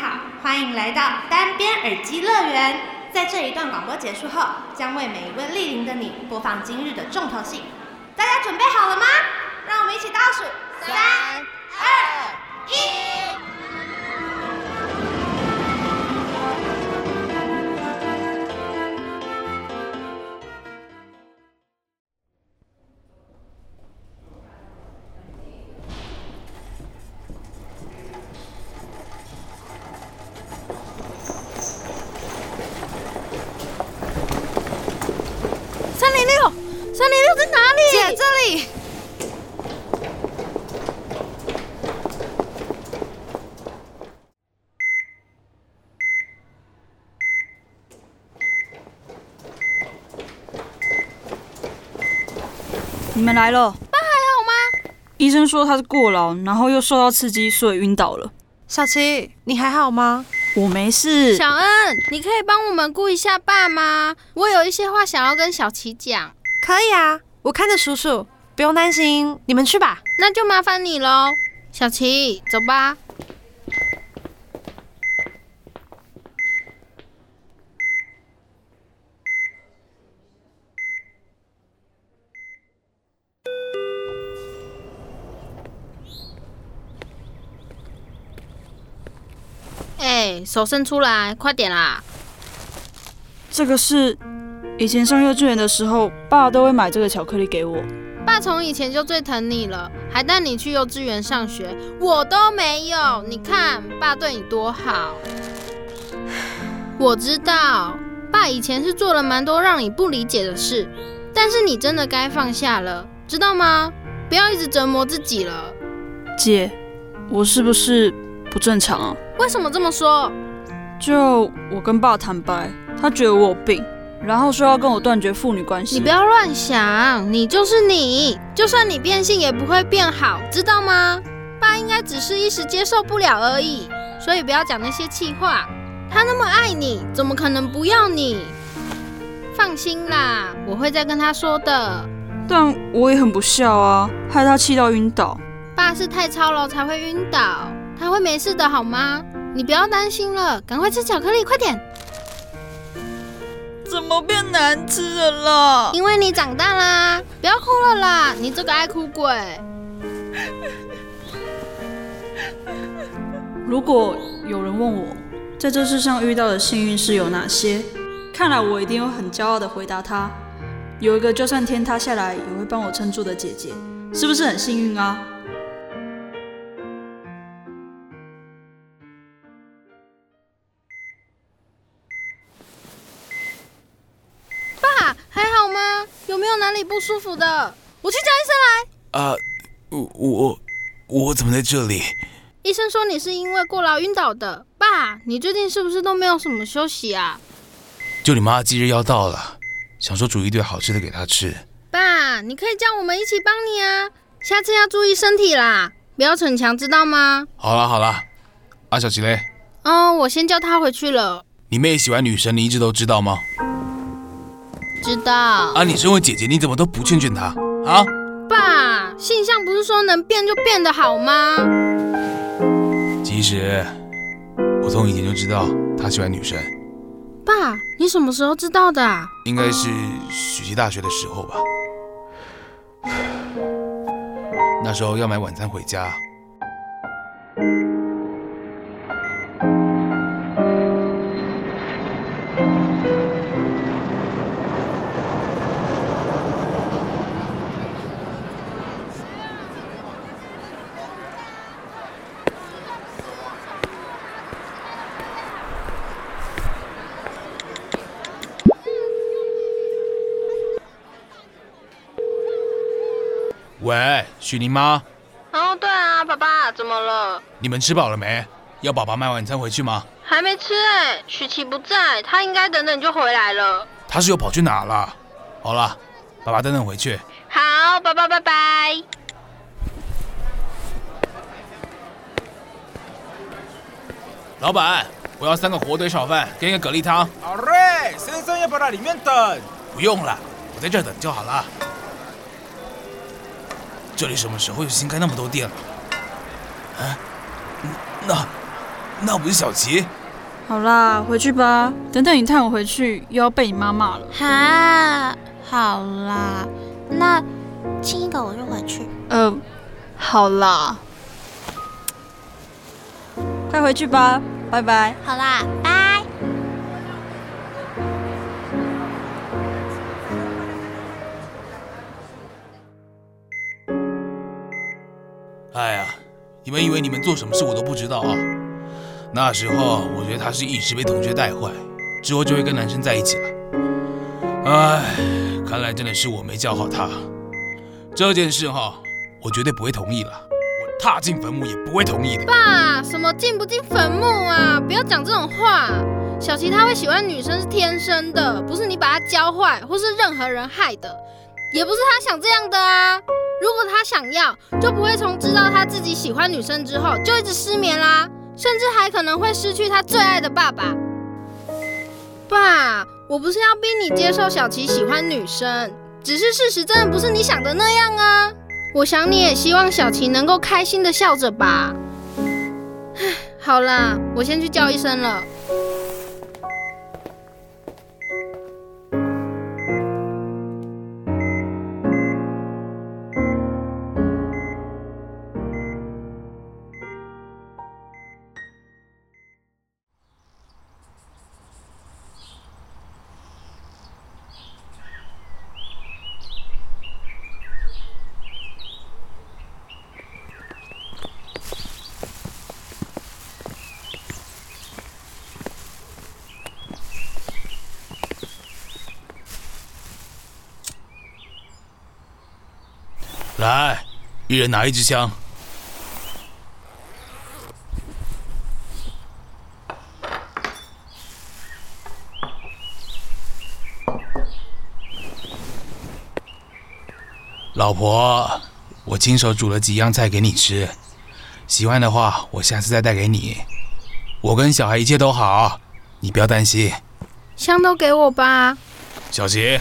好，欢迎来到单边耳机乐园。在这一段广播结束后，将为每一位莅临的你播放今日的重头戏。大家准备好了吗？让我们一起倒数3、2、1。 306在哪里？ 姐，这里。 你们来了。 爸还好吗？ 医生说他是过劳，然后又受到刺激，所以晕倒了。 小琪，你还好吗？ 我没事。 小恩，你可以帮我们顾一下爸吗？我有一些话想要跟小琪讲。 可以啊，我看着叔叔，不用担心，你们去吧。 那就麻烦你喽，小琪，走吧。手伸出来，快点啦！ 这个是以前上幼稚园的时候，爸都会买这个巧克力给我。 爸从以前就最疼你了，还带你去幼稚园上学，我都没有。你看，爸对你多好。我知道，爸以前是做了蛮多让你不理解的事，但是你真的该放下了，知道吗？不要一直折磨自己了。 姐，我是不是不正常啊？ 为什么这么说？ 就我跟爸坦白，他觉得我有病，然后说要跟我断绝父女关系。 你不要乱想，你就是你，就算你变性也不会变好，知道吗？爸应该只是一时接受不了而已，所以不要讲那些气话。他那么爱你，怎么可能不要你？放心啦，我会再跟他说的。 但我也很不孝啊，害他气到晕倒。 爸是太操劳才会晕倒，他会没事的好吗？你不要担心了，赶快吃巧克力，快点！ 怎么变难吃了啦？ 因为你长大啦，不要哭了啦，你这个爱哭鬼。 如果有人问我，在这世上遇到的幸运事有哪些，看来我一定会很骄傲地回答他：有一个就算天塌下来也会帮我撑住的姐姐，是不是很幸运啊？ 还好吗？有没有哪里不舒服的？我去叫医生来。我怎么在这里？ 医生说你是因为过劳晕倒的。爸，你最近是不是都没有什么休息啊？ 就你妈忌日要到了，想说煮一堆好吃的给她吃。 爸，你可以叫我们一起帮你啊，下次要注意身体啦，不要逞强，知道吗？ 好啦，小琪嘞？ 我先叫她回去了。 你妹喜欢女神，你一直都知道吗？ 知道。 你身为姐姐，你怎么都不劝她啊？ 爸，性向不是说能变就变的好吗？ 其实我从以前就知道她喜欢女生。 爸，你什么时候知道的啊？ 应该是暑期大学的时候吧。那时候要买晚餐回家。喂，许妮妈。 对啊，爸爸，怎么了？ 你们吃饱了没？要爸爸买晚餐回去吗？ 还没吃许琪不在，他应该等等就回来了。 他是又跑去哪了？好了，爸爸等等回去。 好，爸爸拜拜。 老板，我要3个火腿炒饭，跟一个蛤蜊汤。 好嘞，先生要不要在里面等？ 不用了，我在这儿等就好了。这里什么时候又新开那么多店了？啊， 那不是小琪？ 好啦，回去吧。等等你探我回去，又要被你妈骂了。 哈，好啦，那亲一个我就回去。 好啦，快回去吧，拜拜。 好啦，拜。 哎呀，你们以为你们做什么事我都不知道啊？那时候我觉得他是一时被同学带坏，之后就会跟男生在一起了。哎，看来真的是我没教好他。这件事哈，我绝对不会同意了，我踏进坟墓也不会同意的。 爸，什么进不进坟墓啊？不要讲这种话。小琪他会喜欢女生是天生的，不是你把他教坏，或是任何人害的，也不是他想这样的啊。如果他想要，就不会从知道他自己喜欢女生之后就一直失眠啦，甚至还可能会失去他最爱的爸爸。爸，我不是要逼你接受小琪喜欢女生，只是事实真的不是你想的那样啊。我想你也希望小琪能够开心的笑着吧。好啦，我先去叫医生了。 来，一人拿一支枪。老婆，我亲手煮了几样菜给你吃，喜欢的话我下次再带给你。我跟小孩一切都好，你不要担心。 枪都给我吧。 小琪，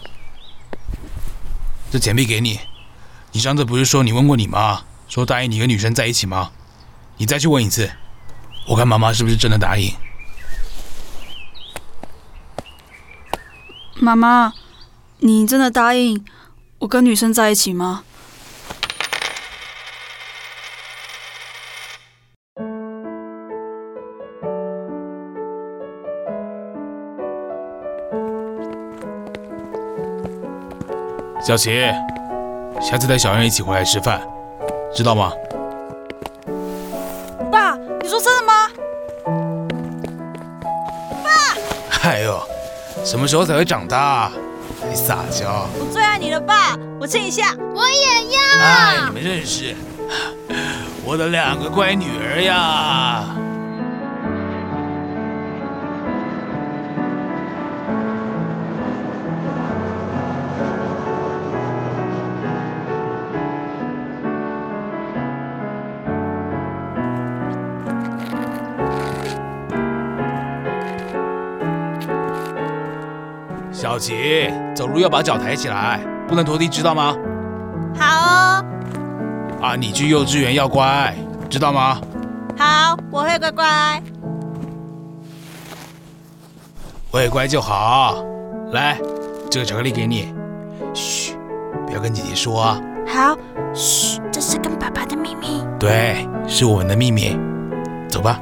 这钱币给你。你上次不是说你问过你妈，说答应你跟女生在一起吗？你再去问一次，我看妈妈是不是真的答应。 妈妈，你真的答应我跟女生在一起吗？ 小琪，下次带小人一起回来吃饭，知道吗？ 爸，你说真的吗？ 爸！哎呦，什么时候才会长大？还撒娇！ 我最爱你了，爸，我亲一下。 我也要。 哎，你们认识？我的2个乖女儿呀！小琪，走路要把脚抬起来，不能拖地，知道吗？ 好哦。 啊，你去幼稚园要乖，知道吗？ 好，我会乖乖。 会乖就好。来，这个巧克力给你。嘘，不要跟姐姐说啊。 好，嘘，这是跟爸爸的秘密。 对，是我们的秘密。走吧。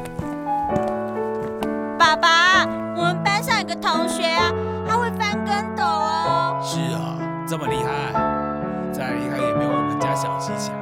爸爸，我们班上有个同学啊，他会翻跟斗哦。 是啊，这么厉害，再厉害也没有我们家小琪强。